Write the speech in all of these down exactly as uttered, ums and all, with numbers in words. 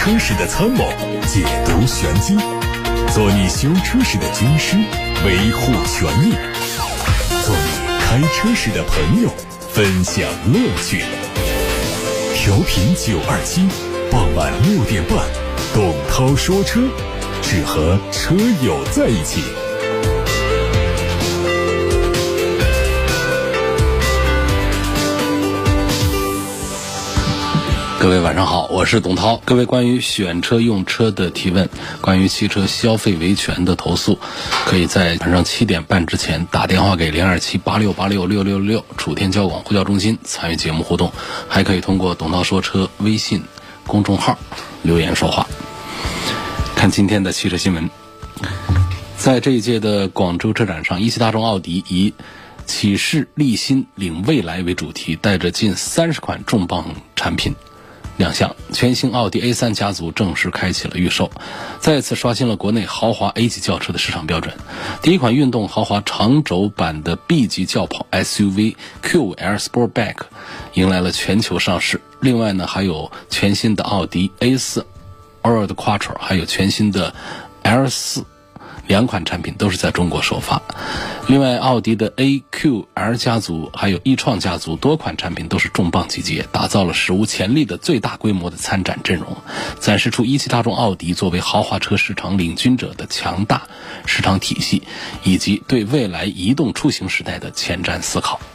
车时的参谋，解读玄机，做你修车时的军师，维护权益，做你开车时的朋友，分享乐趣。调频九二七，傍晚六点半，董涛说车，只和车友在一起。 各位晚上好，我是董涛。各位关于选车用车的提问，关于汽车消费维权的投诉，可以在晚上七点半之前打电话给零二七八六八六六六六楚天交广呼叫中心参与节目互动，还可以通过董涛说车微信公众号留言说话。看今天的汽车新闻，在这一届的广州车展上，一汽大众奥迪以启示立新领未来为主题，带着近三十款重磅产品亮相，全新奥迪 A 三 家族正式开启了预售，再次刷新了国内豪华 A 级轿车的市场标准。第一款运动豪华长轴版的 B 级轿跑 S U V Q 五 L Sportback 迎来了全球上市。另外呢，还有全新的奥迪 A 四 Allroad Quattro， 还有全新的 L 四，两款产品都是在中国首发。另外，奥迪的 A Q L 家族还有 e-tron 家族多款产品都是重磅集结，打造了史无前例的最大规模的参展阵容，展示出一汽大众奥迪作为豪华车市场领军者的强大市场体系，以及对未来移动出行时代的前瞻思考。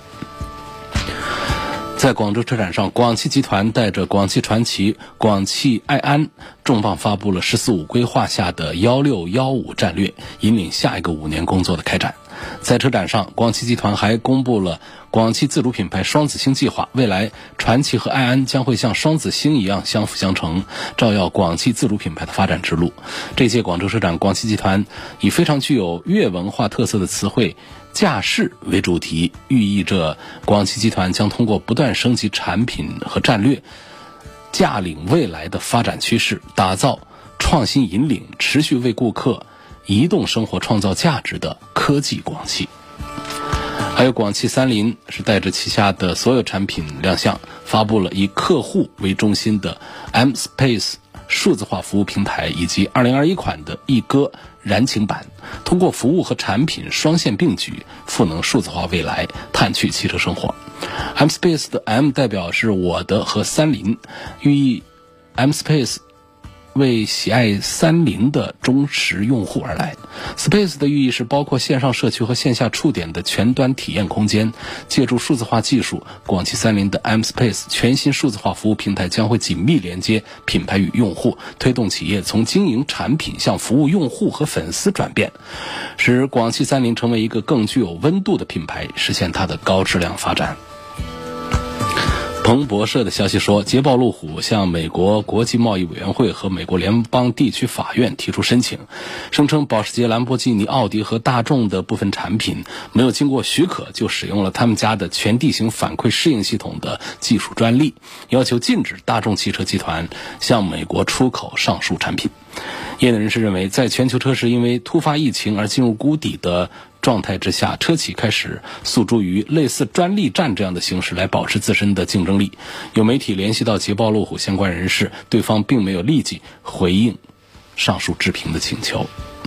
在广州车展上，广汽集团带着广汽传祺、广汽埃安重磅发布了十四五规划下的一六一五战略，引领下一个五年工作的开展。在车展上，广汽集团还公布了广汽自主品牌双子星计划，未来传祺和埃安将会像双子星一样相辅相成，照耀广汽自主品牌的发展之路。这届广州车展，广汽集团以非常具有粤文化特色的词汇驾驶为主题，寓意着广汽集团将通过不断升级产品和战略，驾领未来的发展趋势，打造创新引领、持续为顾客移动生活创造价值的科技广汽。还有广汽三菱是带着旗下的所有产品亮相，发布了以客户为中心的 M Space 数字化服务平台，以及二零二一款的一哥燃情版，通过服务和产品双线并举，赋能数字化未来，探去汽车生活。M Space 的 M 代表是我的和三菱，寓意 M Space为喜爱三菱的忠实用户而来。 Space 的寓意是包括线上社区和线下触点的全端体验空间。借助数字化技术，广汽三菱的 M Space 全新数字化服务平台将会紧密连接品牌与用户，推动企业从经营产品向服务用户和粉丝转变，使广汽三菱成为一个更具有温度的品牌，实现它的高质量发展。彭博社的消息说，捷豹路虎向美国国际贸易委员会和美国联邦地区法院提出申请，声称保时捷、兰博基尼、奥迪和大众的部分产品没有经过许可就使用了他们家的全地形反馈适应系统的技术专利，要求禁止大众汽车集团向美国出口上述产品。业内人士认为，在全球车市因为突发疫情而进入谷底的状态之下，车企开始诉诸于类似专利战这样的形式来保持自身的竞争力。有媒体联系到捷豹路虎相关人士，对方并没有立即回应上述置评的请求。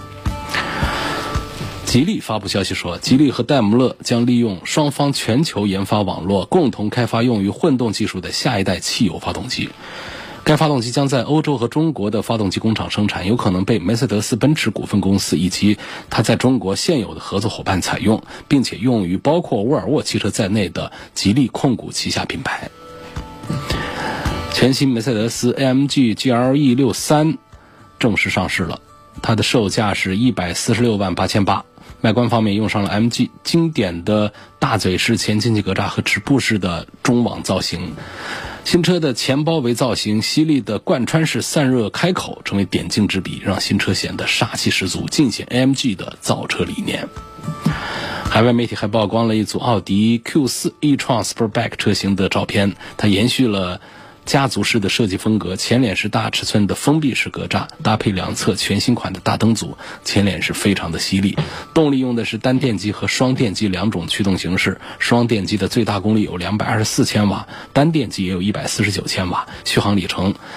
吉利发布消息说，吉利和戴姆勒将利用双方全球研发网络，共同开发用于混动技术的下一代汽油发动机。该发动机将在欧洲和中国的发动机工厂生产，有可能被梅赛德斯奔驰股份公司以及它在中国现有的合作伙伴采用，并且用于包括沃尔沃汽车在内的吉利控股旗下品牌。全新梅赛德斯 A M G G L E 六三 正式上市了，它的售价是一百四十六万八千八。外观方面用上了 M G 经典的大嘴式前进气格栅和止步式的中网造型。新车的前包围造型、犀利的贯穿式散热开口成为点睛之笔，让新车显得杀气十足，尽显 A M G 的造车理念。海外媒体还曝光了一组奥迪 Q 四 e-tron Sportback 车型的照片，它延续了家族式的设计风格，前脸是大尺寸的封闭式格栅，搭配两侧全新款的大灯组，前脸是非常的犀利。动力用的是单电机和双电机两种驱动形式，双电机的最大功率有两百二十四千瓦，单电机也有一百四十九千瓦，续航里程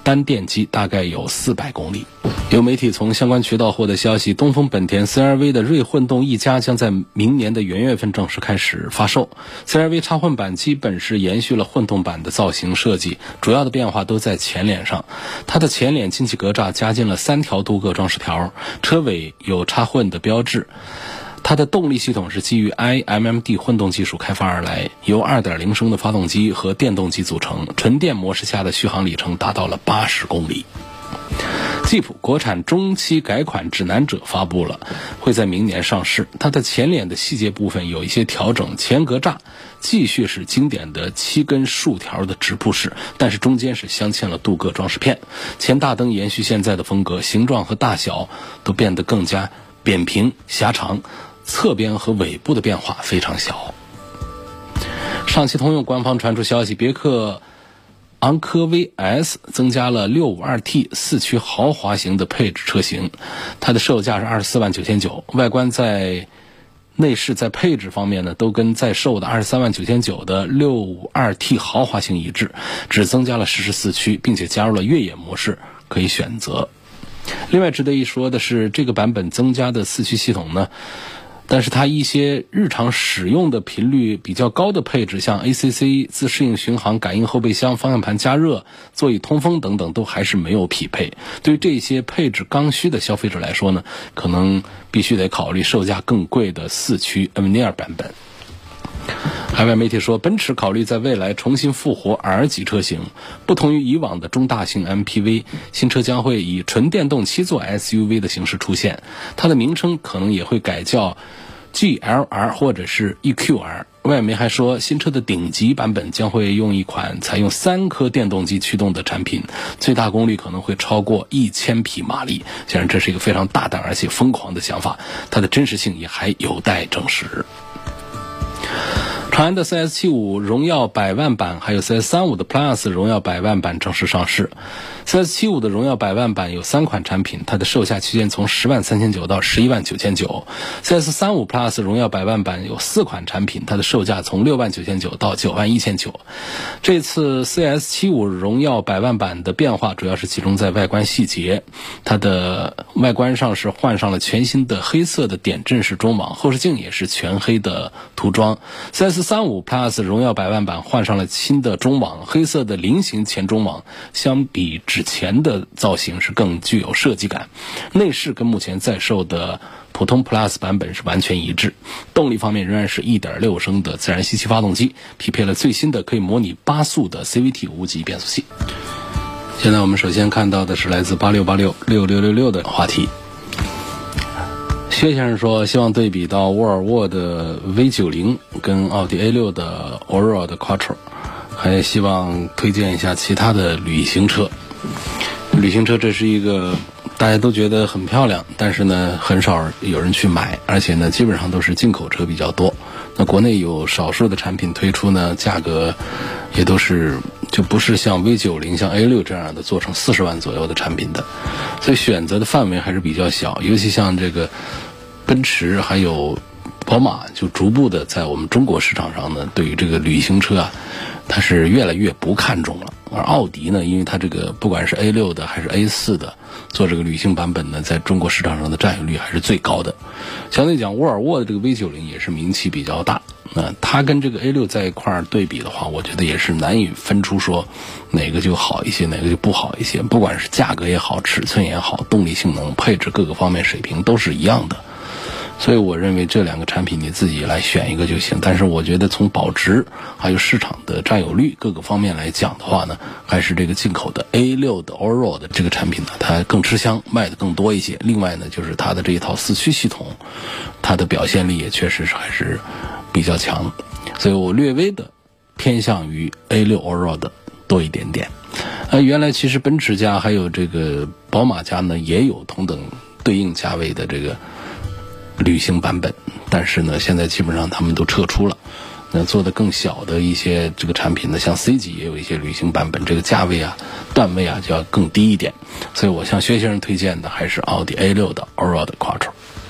单电机大概有四百公里。有媒体从相关渠道获得消息，东风本田 C R V 的锐混动 E 加将在明年的元月份正式开始发售。 C R V 插混版基本是延续了混动版的造型设计，主要的变化都在前脸上。它的前脸进气格栅加进了三条镀铬装饰条，车尾有插混的标志。它的动力系统是基于 I M M D 混动技术开发而来，由 二点零 升的发动机和电动机组成，纯电模式下的续航里程达到了八十公里。吉普国产中期改款指南者发布了，会在明年上市。它的前脸的细节部分有一些调整，前格栅继续是经典的七根竖条的直瀑式，但是中间是镶嵌了镀铬装饰片。前大灯延续现在的风格，形状和大小都变得更加扁平狭长，侧边和尾部的变化非常小。上汽通用官方传出消息，别克昂科威 S 增加了 六五二 T 四驱豪华型的配置车型，它的售价是二十四万九千九，外观在内饰在配置方面呢，都跟在售的二十三万九千九的 六五二 T 豪华型一致，只增加了实时四驱，并且加入了越野模式可以选择。另外值得一说的是，这个版本增加的四驱系统呢，但是它一些日常使用的频率比较高的配置，像 A C C 自适应巡航、感应后备箱、方向盘加热、座椅通风等等，都还是没有匹配。对于这些配置刚需的消费者来说呢，可能必须得考虑售价更贵的四驱 Avenir 版本。海外媒体说，奔驰考虑在未来重新复活 R 级车型，不同于以往的中大型 M P V， 新车将会以纯电动七座 S U V 的形式出现，它的名称可能也会改叫 G L R 或者是 E Q R。 外媒还说，新车的顶级版本将会用一款采用三颗电动机驱动的产品，最大功率可能会超过一千匹马力。显然这是一个非常大胆而且疯狂的想法，它的真实性也还有待证实。长安的 C S 七十五 荣耀百万版还有 C S 三十五 的 Plus 荣耀百万版正式上市。 C S 七十五 的荣耀百万版有三款产品，它的售价区间从十万三千九到十一万九千九。 C S 三十五 Plus 荣耀百万版有四款产品，它的售价从六万九千九到九万一千九。这次 C S 七十五 荣耀百万版的变化主要是集中在外观细节，它的外观上是换上了全新的黑色的点阵式中网，后视镜也是全黑的涂装。 C S 三十五 Plus 荣耀百万版换上了新的中网，黑色的菱形前中网相比之前的造型是更具有设计感。内饰跟目前在售的普通 Plus 版本是完全一致。动力方面仍然是 一点六 升的自然吸气发动机，匹配了最新的可以模拟八速的 C V T 无级变速器。现在我们首先看到的是来自八六八六六六六六的话题。薛先生说，希望对比到沃尔沃的 V 九十 跟奥迪 A 六 的 Allroad Quattro， 还希望推荐一下其他的旅行车。旅行车这是一个大家都觉得很漂亮，但是呢很少有人去买，而且呢基本上都是进口车比较多。那国内有少数的产品推出呢，价格也都是就不是像 V 九十 像 A 六 这样的做成四十万左右的产品的，所以选择的范围还是比较小。尤其像这个奔驰还有宝马，就逐步的在我们中国市场上呢，对于这个旅行车啊，它是越来越不看重了。而奥迪呢，因为它这个不管是 A 六 的还是 A 四 的做这个旅行版本呢，在中国市场上的占有率还是最高的。相对讲，沃尔沃的这个 V 九十 也是名气比较大，那它跟这个 A 六 在一块儿对比的话，我觉得也是难以分出说哪个就好一些，哪个就不好一些。不管是价格也好，尺寸也好，动力性能、配置各个方面水平都是一样的。所以我认为这两个产品你自己来选一个就行，但是我觉得从保值还有市场的占有率各个方面来讲的话呢，还是这个进口的 A 六 的 Allroad 的这个产品呢，它更吃香，卖的更多一些。另外呢，就是它的这一套四驱系统，它的表现力也确实是还是比较强，所以我略微的偏向于 A 六 Allroad 多一点点。呃，原来其实奔驰家还有这个宝马家呢，也有同等对应价位的这个旅行版本，但是呢现在基本上他们都撤出了。那做的更小的一些这个产品呢，像 C 级也有一些旅行版本，这个价位啊段位啊就要更低一点。所以我向薛先生推荐的还是奥迪 A 六 的 Allroad Quattro。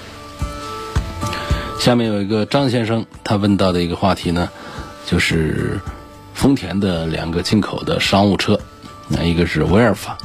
下面有一个张先生，他问到的一个话题呢，就是丰田的两个进口的商务车，那一个是威尔法，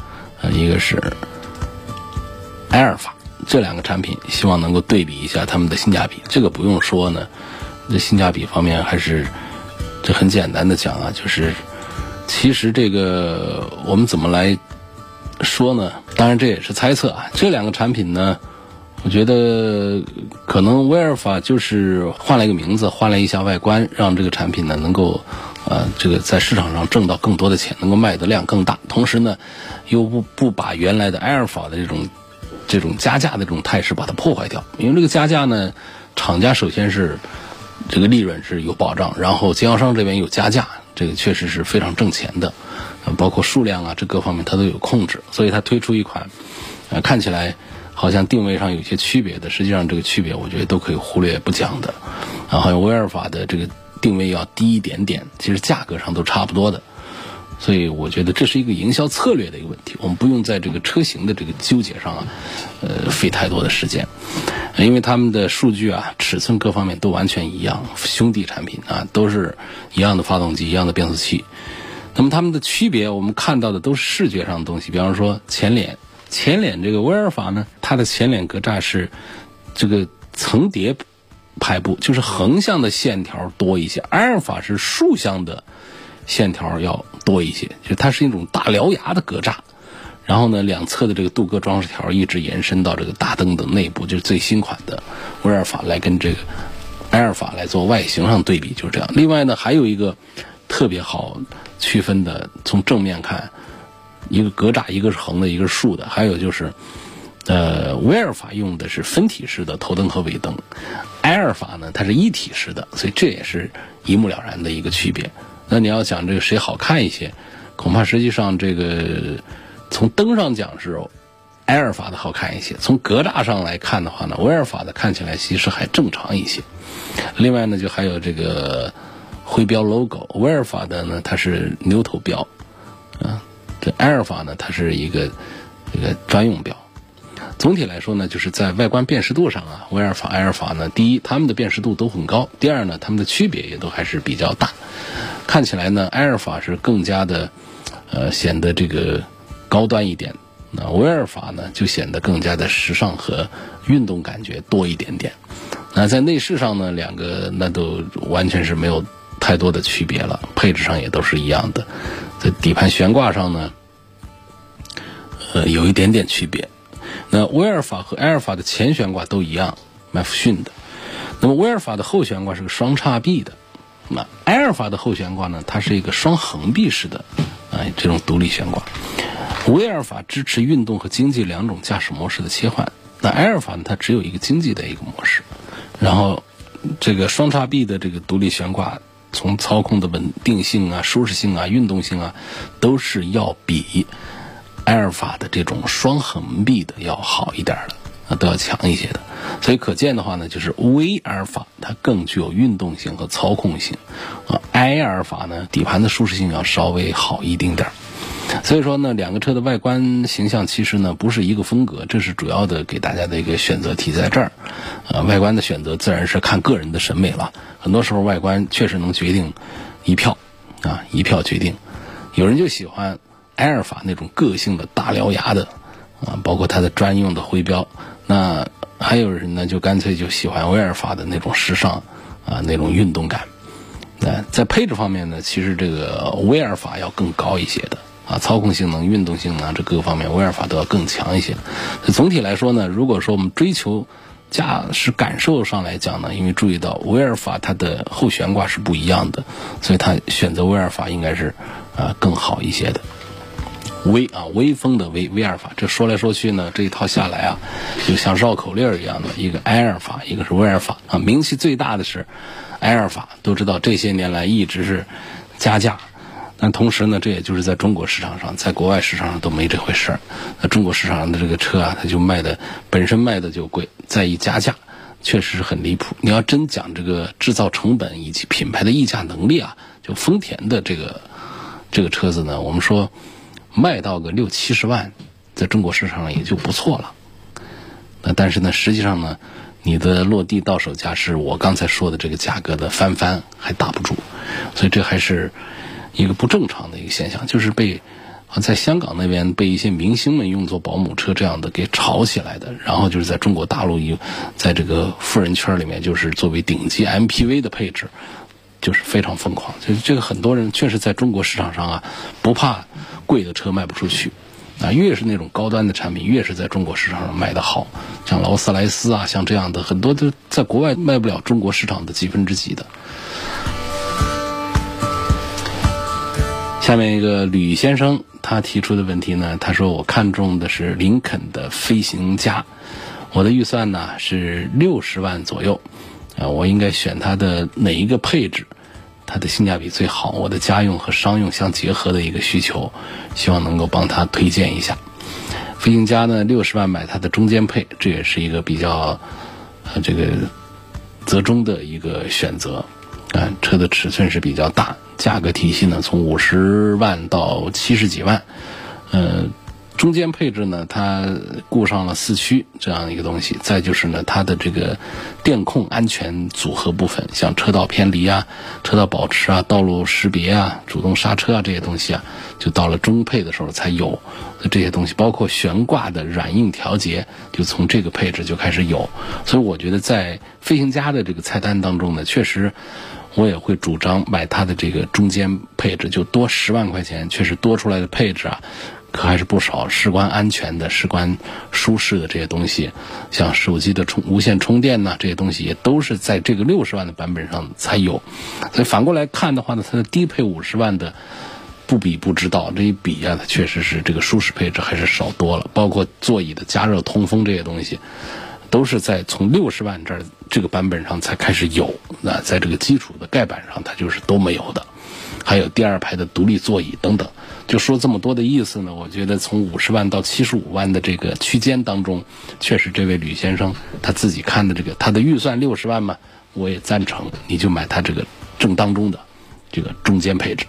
呃，一个是埃尔法，这两个产品希望能够对比一下他们的性价比。这个不用说呢，这性价比方面还是这很简单的讲啊，就是其实这个我们怎么来说呢？当然这也是猜测啊。这两个产品呢，我觉得可能威尔法就是换了一个名字，换了一下外观，让这个产品呢能够呃这个在市场上挣到更多的钱，能够卖的量更大，同时呢又不不把原来的埃尔法的这种这种加价的这种态势把它破坏掉。因为这个加价呢，厂家首先是这个利润是有保障，然后经销商这边有加价，这个确实是非常挣钱的，包括数量啊这各方面它都有控制，所以它推出一款呃看起来好像定位上有些区别的，实际上这个区别我觉得都可以忽略不讲的。然后好像威尔法的这个定位要低一点点，其实价格上都差不多的，所以我觉得这是一个营销策略的一个问题，我们不用在这个车型的这个纠结上啊，呃，费太多的时间，因为他们的数据啊、尺寸各方面都完全一样，兄弟产品啊，都是一样的发动机、一样的变速器。那么它们的区别，我们看到的都是视觉上的东西，比方说前脸，前脸这个威尔法呢，它的前脸格栅是这个层叠排布，就是横向的线条多一些，埃尔法是竖向的线条要多一些，就它是一种大獠牙的格栅，然后呢两侧的这个镀铬装饰条一直延伸到这个大灯的内部，就是最新款的威尔法来跟这个埃尔法来做外形上对比，就是这样。另外呢还有一个特别好区分的，从正面看一个格栅，一个是横的，一个是竖的，还有就是呃，威尔法用的是分体式的头灯和尾灯，埃尔法呢它是一体式的，所以这也是一目了然的一个区别。那你要讲这个谁好看一些，恐怕实际上这个从灯上讲是埃尔法的好看一些，从格栅上来看的话呢，威尔法的看起来其实还正常一些。另外呢就还有这个徽标 logo， 威尔法的呢它是牛头标啊，这埃尔法呢它是一个这个专用标。总体来说呢，就是在外观辨识度上啊，威尔法、埃尔法呢，第一，它们的辨识度都很高；第二呢，它们的区别也都还是比较大。看起来呢，埃尔法是更加的，呃，显得这个高端一点；那威尔法呢，就显得更加的时尚和运动感觉多一点点。那在内饰上呢，两个那都完全是没有太多的区别了，配置上也都是一样的。在底盘悬挂上呢，呃，有一点点区别。那威尔法和埃尔法的前悬挂都一样，麦弗逊的。那么威尔法的后悬挂是个双叉臂的，那埃尔法的后悬挂呢，它是一个双横臂式的，哎，这种独立悬挂。威尔法支持运动和经济两种驾驶模式的切换，那埃尔法呢，它只有一个经济的一个模式。然后这个双叉臂的这个独立悬挂，从操控的稳定性啊、舒适性啊、运动性啊，都是要比埃尔法的这种双横臂的要好一点的，都要强一些的。所以可见的话呢，就是威尔法它更具有运动性和操控性，啊，埃尔法呢底盘的舒适性要稍微好一丁点儿。所以说呢，两个车的外观形象其实呢不是一个风格，这是主要的给大家的一个选择题在这儿。呃，外观的选择自然是看个人的审美了，很多时候外观确实能决定一票啊，一票决定。有人就喜欢埃尔法那种个性的大獠牙的啊，包括它的专用的徽标。那还有人呢就干脆就喜欢威尔法的那种时尚啊，那种运动感。那在配置方面呢，其实这个威尔法要更高一些的啊，操控性能、运动性能这各个方面威尔法都要更强一些。总体来说呢，如果说我们追求驾驶感受上来讲呢，因为注意到威尔法它的后悬挂是不一样的，所以它选择威尔法应该是啊更好一些的。威啊，威风的威，威尔法。这说来说去呢，这一套下来啊，就像绕口令一样的，一个埃尔法，一个是威尔法啊。名气最大的是埃尔法，都知道这些年来一直是加价，但同时呢，这也就是在中国市场上，在国外市场上都没这回事儿。那中国市场上的这个车啊，它就卖的本身卖的就贵，再一加价，确实是很离谱。你要真讲这个制造成本以及品牌的溢价能力啊，就丰田的这个这个车子呢，我们说卖到个六七十万，在中国市场上也就不错了。那但是呢，实际上呢，你的落地到手价是我刚才说的这个价格的翻番，还打不住，所以这还是一个不正常的一个现象，就是被在香港那边被一些明星们用作保姆车这样的给炒起来的，然后就是在中国大陆有在这个富人圈里面就是作为顶级 M P V 的配置，就是非常疯狂。就是这个很多人确实在中国市场上啊，不怕贵的车卖不出去啊，越是那种高端的产品，越是在中国市场上卖得好，像劳斯莱斯啊，像这样的很多都在国外卖不了中国市场的几分之几的。下面一个吕先生他提出的问题呢，他说我看中的是林肯的飞行家，我的预算呢是六十万左右，呃，我应该选它的哪一个配置，它的性价比最好，我的家用和商用相结合的一个需求，希望能够帮他推荐一下。飞行家呢六十万买它的中间配，这也是一个比较呃这个折中的一个选择啊，车的尺寸是比较大，价格体系呢从五十万到七十几万，呃，中间配置呢它顾上了四驱这样一个东西，再就是呢它的这个电控安全组合部分，像车道偏离啊、车道保持啊、道路识别啊、主动刹车啊这些东西啊，就到了中配的时候才有这些东西，包括悬挂的软硬调节，就从这个配置就开始有。所以我觉得在飞行家的这个菜单当中呢，确实我也会主张买它的这个中间配置，就多十万块钱，确实多出来的配置啊可还是不少，事关安全的、事关舒适的这些东西，像手机的充无线充电呐，这些东西也都是在这个六十万的版本上才有。所以反过来看的话呢，它的低配五十万的不比不知道，这一比啊，它确实是这个舒适配置还是少多了，包括座椅的加热、通风这些东西，都是在从六十万这儿这个版本上才开始有，那在这个基础的盖板上它就是都没有的。还有第二排的独立座椅等等。就说这么多的意思呢，我觉得从五十万到七十五万的这个区间当中，确实这位吕先生他自己看的这个，他的预算六十万嘛，我也赞成，你就买他这个正当中的这个中间配置。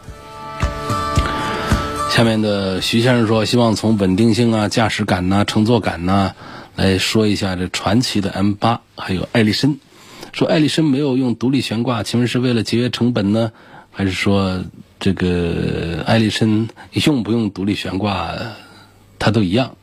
下面的徐先生说，希望从稳定性啊、驾驶感呐、乘坐感呐来说一下这传祺的 M 八 还有艾力绅。说艾力绅没有用独立悬挂，请问是为了节约成本呢，还是说这个艾力绅用不用独立悬挂它都一样？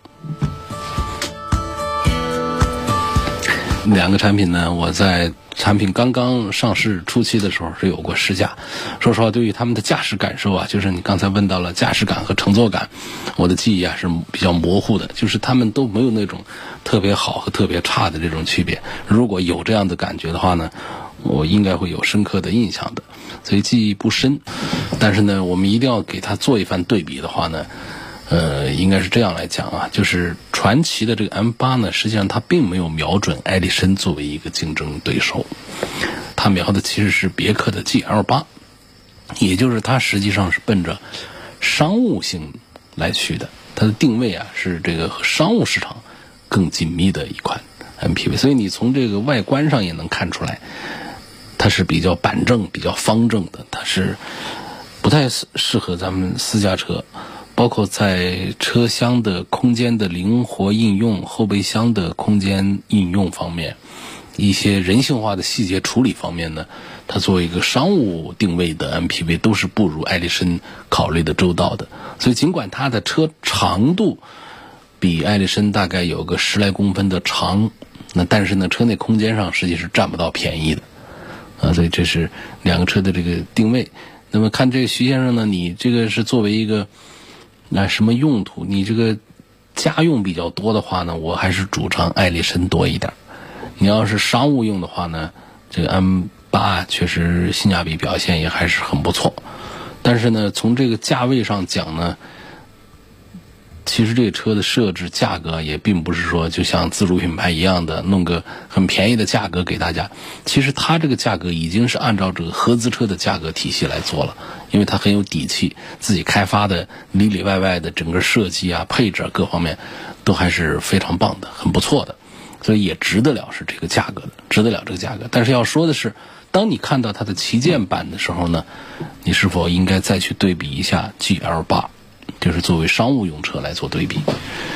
两个产品呢，我在产品刚刚上市初期的时候是有过试驾。说实话，对于他们的驾驶感受啊，就是你刚才问到了驾驶感和乘坐感，我的记忆啊是比较模糊的，就是他们都没有那种特别好和特别差的这种区别。如果有这样的感觉的话呢，我应该会有深刻的印象的，所以记忆不深。但是呢，我们一定要给它做一番对比的话呢，呃，应该是这样来讲啊，就是传祺的这个 M 八 呢，实际上它并没有瞄准艾力绅作为一个竞争对手，它瞄的其实是别克的 G L 八， 也就是它实际上是奔着商务性来去的，它的定位啊是这个和商务市场更紧密的一款 M P V， 所以你从这个外观上也能看出来，它是比较板正、比较方正的，它是不太适合咱们私家车。包括在车厢的空间的灵活应用、后备箱的空间应用方面，一些人性化的细节处理方面呢，它作为一个商务定位的 M P V 都是不如艾力绅考虑的周到的。所以尽管它的车长度比艾力绅大概有个十来公分的长，那但是呢，车内空间上实际是占不到便宜的啊。所以这是两个车的这个定位。那么看这个徐先生呢，你这个是作为一个那什么用途？你这个家用比较多的话呢，我还是主张艾力绅多一点。你要是商务用的话呢，这个 M 八 确实性价比表现也还是很不错。但是呢，从这个价位上讲呢，其实这个车的设置价格也并不是说就像自主品牌一样的弄个很便宜的价格给大家。其实它这个价格已经是按照这个合资车的价格体系来做了，因为它很有底气，自己开发的里里外外的整个设计啊、配置啊各方面都还是非常棒的，很不错的，所以也值得了是这个价格的，值得了这个价格。但是要说的是，当你看到它的旗舰版的时候呢，你是否应该再去对比一下 G L 八，就是作为商务用车来做对比。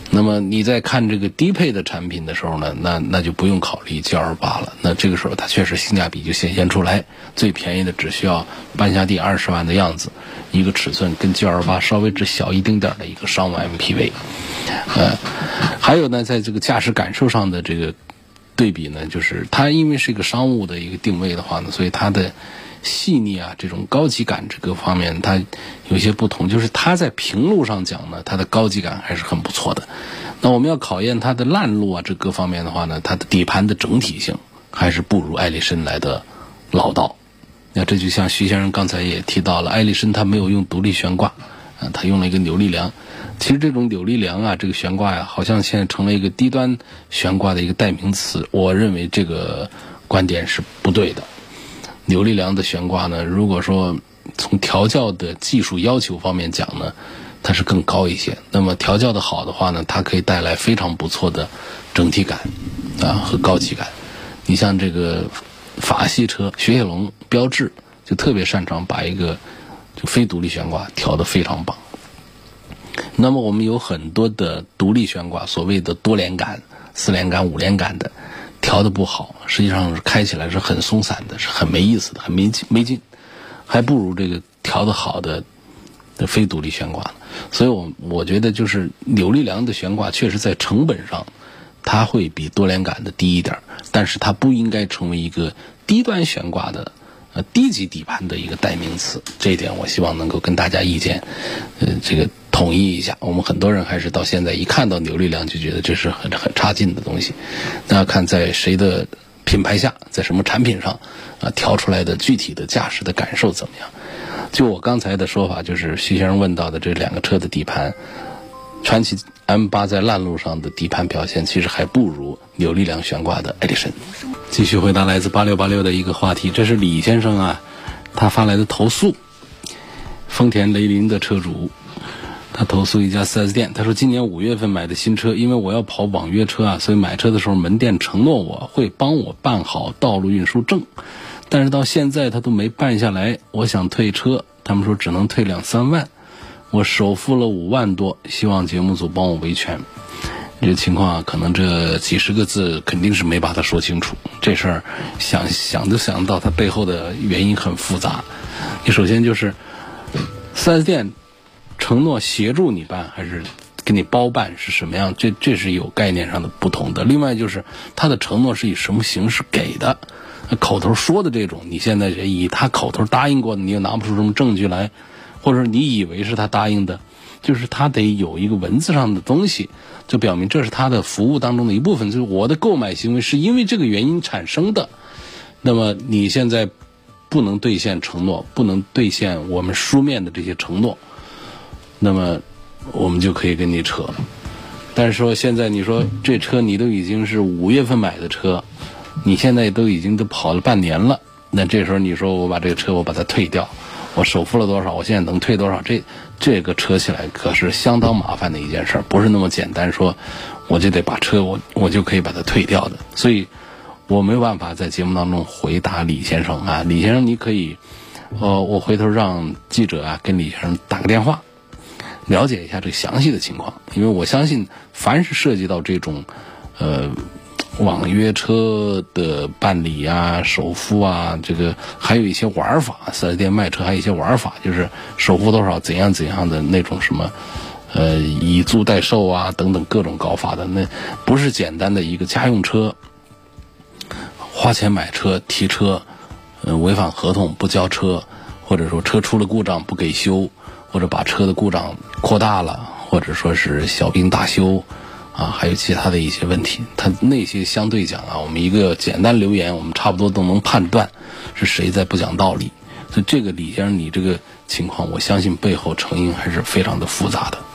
那么你在看这个低配的产品的时候呢，那那就不用考虑 G 二十八 了，那这个时候它确实性价比就显现出来，最便宜的只需要半下地二十万的样子，一个尺寸跟 G 二十八 稍微只小一丁点的一个商务 M P V。呃，还有呢，在这个驾驶感受上的这个对比呢，就是它因为是一个商务的一个定位的话呢，所以它的细腻啊，这种高级感这个方面它有些不同，就是它在平路上讲呢，它的高级感还是很不错的。那我们要考验它的烂路啊这各方面的话呢，它的底盘的整体性还是不如艾力绅来的老道。那这就像徐先生刚才也提到了，艾力绅它没有用独立悬挂啊，它用了一个扭力梁。其实这种扭力梁啊，这个悬挂呀、啊，好像现在成了一个低端悬挂的一个代名词。我认为这个观点是不对的。扭力梁的悬挂呢，如果说从调教的技术要求方面讲呢，它是更高一些。那么调教的好的话呢，它可以带来非常不错的整体感啊和高级感。你像这个法系车，雪铁龙、标致就特别擅长把一个就非独立悬挂调得非常棒。那么我们有很多的独立悬挂，所谓的多连杆、四连杆、五连杆的，调得不好，实际上是开起来是很松散的，是很没意思的，很没劲，没劲，还不如这个调得好的的非独立悬挂。所以我我觉得就是扭力梁的悬挂确实在成本上它会比多连杆的低一点，但是它不应该成为一个低端悬挂的呃低级底盘的一个代名词。这一点我希望能够跟大家意见呃这个统一一下。我们很多人还是到现在一看到扭力梁就觉得这是很很差劲的东西。那要看在谁的品牌下，在什么产品上啊调出来的具体的驾驶的感受怎么样。就我刚才的说法，就是徐先生问到的这两个车的底盘，传祺 M 八 在烂路上的底盘表现其实还不如扭力梁悬挂的艾力绅。继续回答来自八六八六的一个话题，这是李先生啊他发来的投诉。丰田雷凌的车主，他投诉一家 四 S 店，他说今年五月份买的新车，因为我要跑网约车啊，所以买车的时候门店承诺我会帮我办好道路运输证，但是到现在他都没办下来，我想退车，他们说只能退两三万，我首付了五万多，希望节目组帮我维权。这个情况啊，可能这几十个字肯定是没把它说清楚。这事儿想想都想到它背后的原因很复杂。你首先就是四 S 店承诺协助你办还是给你包办是什么样，这这是有概念上的不同的。另外就是他的承诺是以什么形式给的，口头说的这种，你现在以他口头答应过的，你又拿不出什么证据来，或者你以为是他答应的，就是他得有一个文字上的东西，就表明这是他的服务当中的一部分，就是我的购买行为是因为这个原因产生的。那么你现在不能兑现承诺，不能兑现我们书面的这些承诺，那么我们就可以跟你扯。但是说现在你说这车你都已经是五月份买的车，你现在都已经都跑了半年了，那这时候你说我把这个车我把它退掉，我首付了多少，我现在能退多少，这这个扯起来可是相当麻烦的一件事，不是那么简单说我就得把车我我就可以把它退掉的。所以我没有办法在节目当中回答李先生啊，李先生你可以呃我回头让记者啊跟李先生打个电话，了解一下这个详细的情况。因为我相信凡是涉及到这种呃网约车的办理啊、首付啊，这个还有一些玩法，四 S 店卖车还有一些玩法，就是首付多少怎样怎样的那种什么呃以租代售啊等等各种搞法的，那不是简单的一个家用车花钱买车提车呃违反合同不交车，或者说车出了故障不给修，或者把车的故障扩大了，或者说是小病大修啊，还有其他的一些问题，它那些相对讲啊，我们一个简单留言我们差不多都能判断是谁在不讲道理。所以这个李先生你这个情况，我相信背后成因还是非常的复杂的。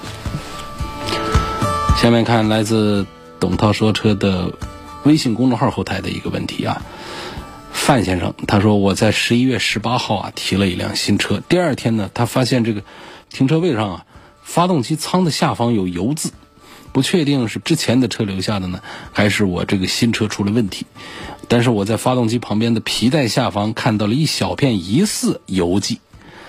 下面看来自董涛说车的微信公众号后台的一个问题啊，范先生他说我在十一月十八号啊提了一辆新车，第二天呢他发现这个停车位上啊发动机舱的下方有油渍，不确定是之前的车留下的呢，还是我这个新车出了问题。但是我在发动机旁边的皮带下方看到了一小片疑似油迹，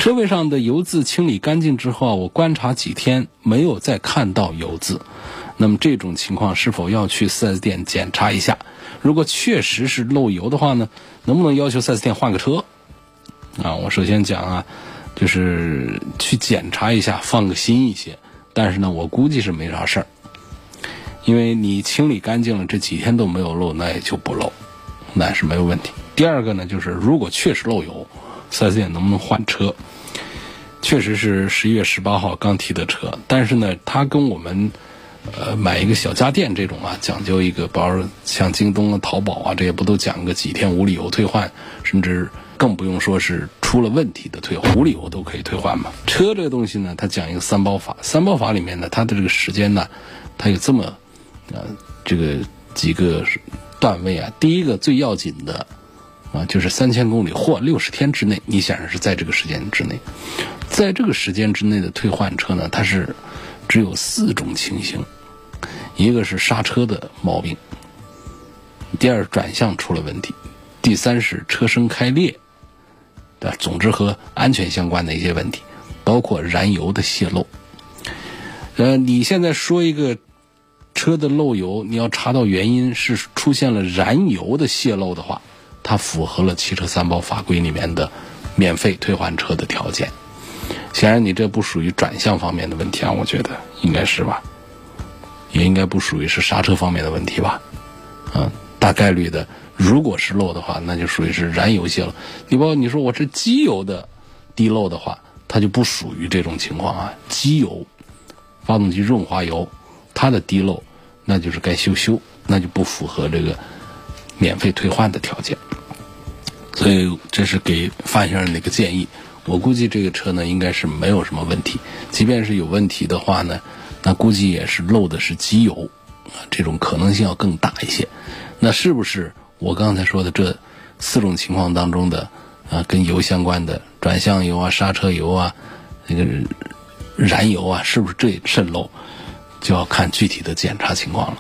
车位上的油渍清理干净之后，我观察几天没有再看到油渍，那么这种情况是否要去 四 S 店检查一下？如果确实是漏油的话呢，能不能要求 四 S 店换个车？啊，我首先讲啊，就是去检查一下，放个心一些。但是呢，我估计是没啥事儿，因为你清理干净了，这几天都没有漏，那也就不漏，那是没有问题。第二个呢，就是如果确实漏油， 四 S 店能不能换车？确实是十一月十八号刚提的车，但是呢，它跟我们呃买一个小家电这种啊，讲究一个，比如像京东啊、淘宝啊，这也不都讲个几天无理由退换，甚至更不用说是出了问题的退换，无理由都可以退换嘛。车这个东西呢，它讲一个三包法，三包法里面呢，它的这个时间呢，它有这么呃这个几个段位啊。第一个最要紧的啊，就是三千公里或六十天之内，你显然是在这个时间之内，在这个时间之内的退换车呢，它是只有四种情形：一个是刹车的毛病，第二转向出了问题，第三是车身开裂，对吧？总之和安全相关的一些问题，包括燃油的泄漏。呃，你现在说一个车的漏油，你要查到原因是出现了燃油的泄漏的话，它符合了汽车三包法规里面的免费退换车的条件。显然你这不属于转向方面的问题啊，我觉得应该是吧，也应该不属于是刹车方面的问题吧。嗯，大概率的，如果是漏的话，那就属于是燃油泄漏。你包括你说我是机油的滴漏的话，它就不属于这种情况啊。机油、发动机润滑油，它的滴漏那就是该修修，那就不符合这个免费退换的条件。所以这是给范先生的一个建议。我估计这个车呢应该是没有什么问题，即便是有问题的话呢，那估计也是漏的是机油，这种可能性要更大一些。那是不是我刚才说的这四种情况当中的啊，跟油相关的转向油啊、刹车油啊、那个燃油啊，是不是这也渗漏，就要看具体的检查情况了。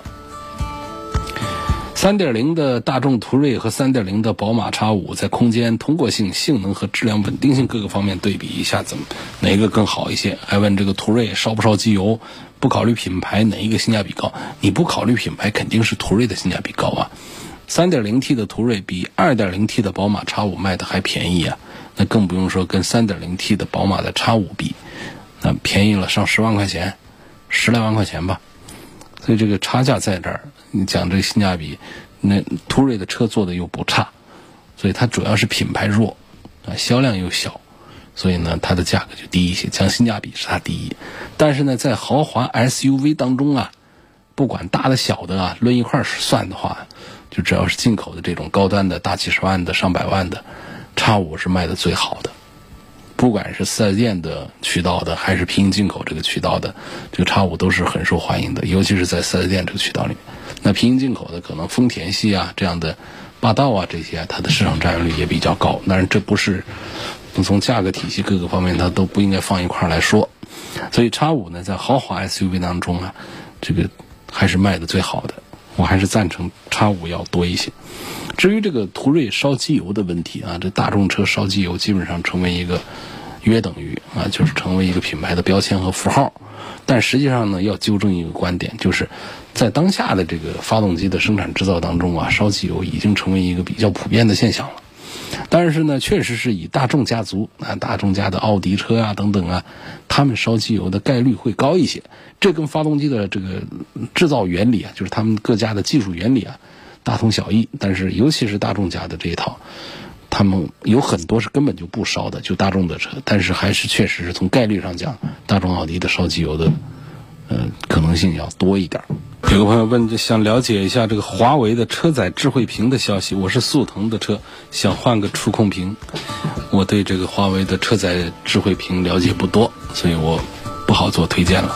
三点零 的大众途锐和 三点零 的宝马 X 五 在空间、通过性、性能和质量稳定性各个方面对比一下，怎么哪个更好一些？还问这个途锐烧不烧机油？不考虑品牌，哪一个性价比高？你不考虑品牌，肯定是途锐的性价比高啊。三点零 T 的途锐比 二点零 T 的宝马 X 五 卖的还便宜啊，那更不用说跟 三点零 T 的宝马的 X 五 比，那便宜了上十万块钱，十来万块钱吧。所以这个差价在这儿，你讲这个性价比，那途锐的车做的又不差，所以它主要是品牌弱啊，销量又小，所以呢它的价格就低一些，讲性价比是它第一。但是呢在豪华 S U V 当中啊，不管大的小的啊，论一块算的话，就只要是进口的这种高端的大几十万的上百万的 X 五 是卖的最好的。不管是四 S 店的渠道的还是平行进口这个渠道的，这个 X 五 都是很受欢迎的，尤其是在四 S 店这个渠道里面。那平行进口的可能丰田系啊这样的霸道啊这些，它的市场占有率也比较高。当然这不是从价格体系各个方面它都不应该放一块来说。所以 X 五 呢在豪华 S U V 当中啊，这个还是卖的最好的，我还是赞成 X 五 要多一些。至于这个途锐烧机油的问题啊，这大众车烧机油基本上成为一个约等于啊，就是成为一个品牌的标签和符号。但实际上呢，要纠正一个观点，就是在当下的这个发动机的生产制造当中啊，烧机油已经成为一个比较普遍的现象了。但是呢，确实是以大众家族啊，大众家的奥迪车啊等等啊，他们烧机油的概率会高一些。这跟发动机的这个制造原理啊，就是他们各家的技术原理啊，大同小异。但是尤其是大众家的这一套，他们有很多是根本就不烧的，就大众的车，但是还是确实是从概率上讲，大众奥迪的烧机油的呃可能性要多一点。有个朋友问，想了解一下这个华为的车载智慧屏的消息。我是速腾的车，想换个触控屏。我对这个华为的车载智慧屏了解不多，所以我不好做推荐了。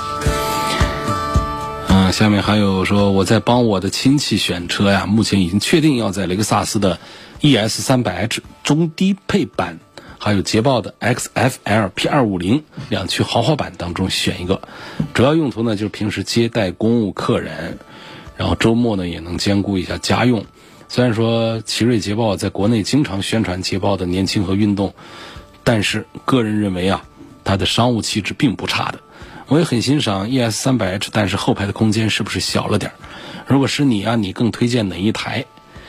嗯，下面还有说我在帮我的亲戚选车呀，目前已经确定要在雷克萨斯的 E S 三百 H 中低配版，还有捷豹的 X F L P 二五零 两驱豪华版当中选一个。主要用途呢就是平时接待公务客人，然后周末呢也能兼顾一下家用。虽然说奇瑞捷豹在国内经常宣传捷豹的年轻和运动， 但是个人认为啊，它的商务气质并不差的。我也很欣赏 E S 三百 H， 但是后排的空间是不是小了点？如果是你啊，你更推荐哪一台？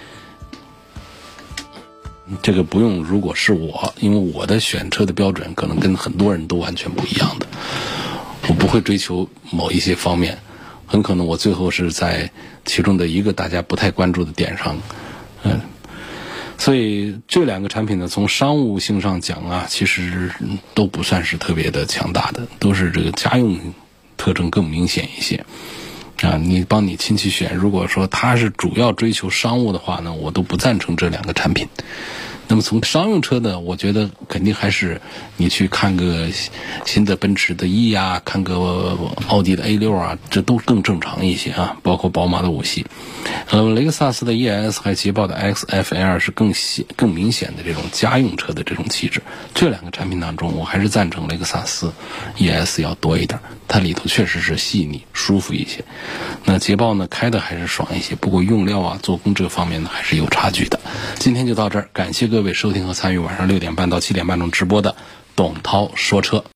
这个不用，如果是我，因为我的选车的标准可能跟很多人都完全不一样的，我不会追求某一些方面，很可能我最后是在其中的一个大家不太关注的点上，嗯，所以这两个产品呢，从商务性上讲啊，其实都不算是特别的强大的，都是这个家用特征更明显一些。啊，你帮你亲戚选，如果说他是主要追求商务的话呢，我都不赞成这两个产品。那么从商用车呢，我觉得肯定还是你去看个新的奔驰的 E 啊，看个奥迪的 A 六 啊，这都更正常一些啊，包括宝马的五系。呃，雷克萨斯的 E S 还有捷豹的 X F L 是更显更明显的这种家用车的这种气质。这两个产品当中，我还是赞成雷克萨斯 E S 要多一点，它里头确实是细腻舒服一些。那捷豹呢，开的还是爽一些，不过用料啊、做工这方面呢还是有差距的。今天就到这儿，感谢各位收听和参与晚上六点半到七点半钟直播的董涛说车。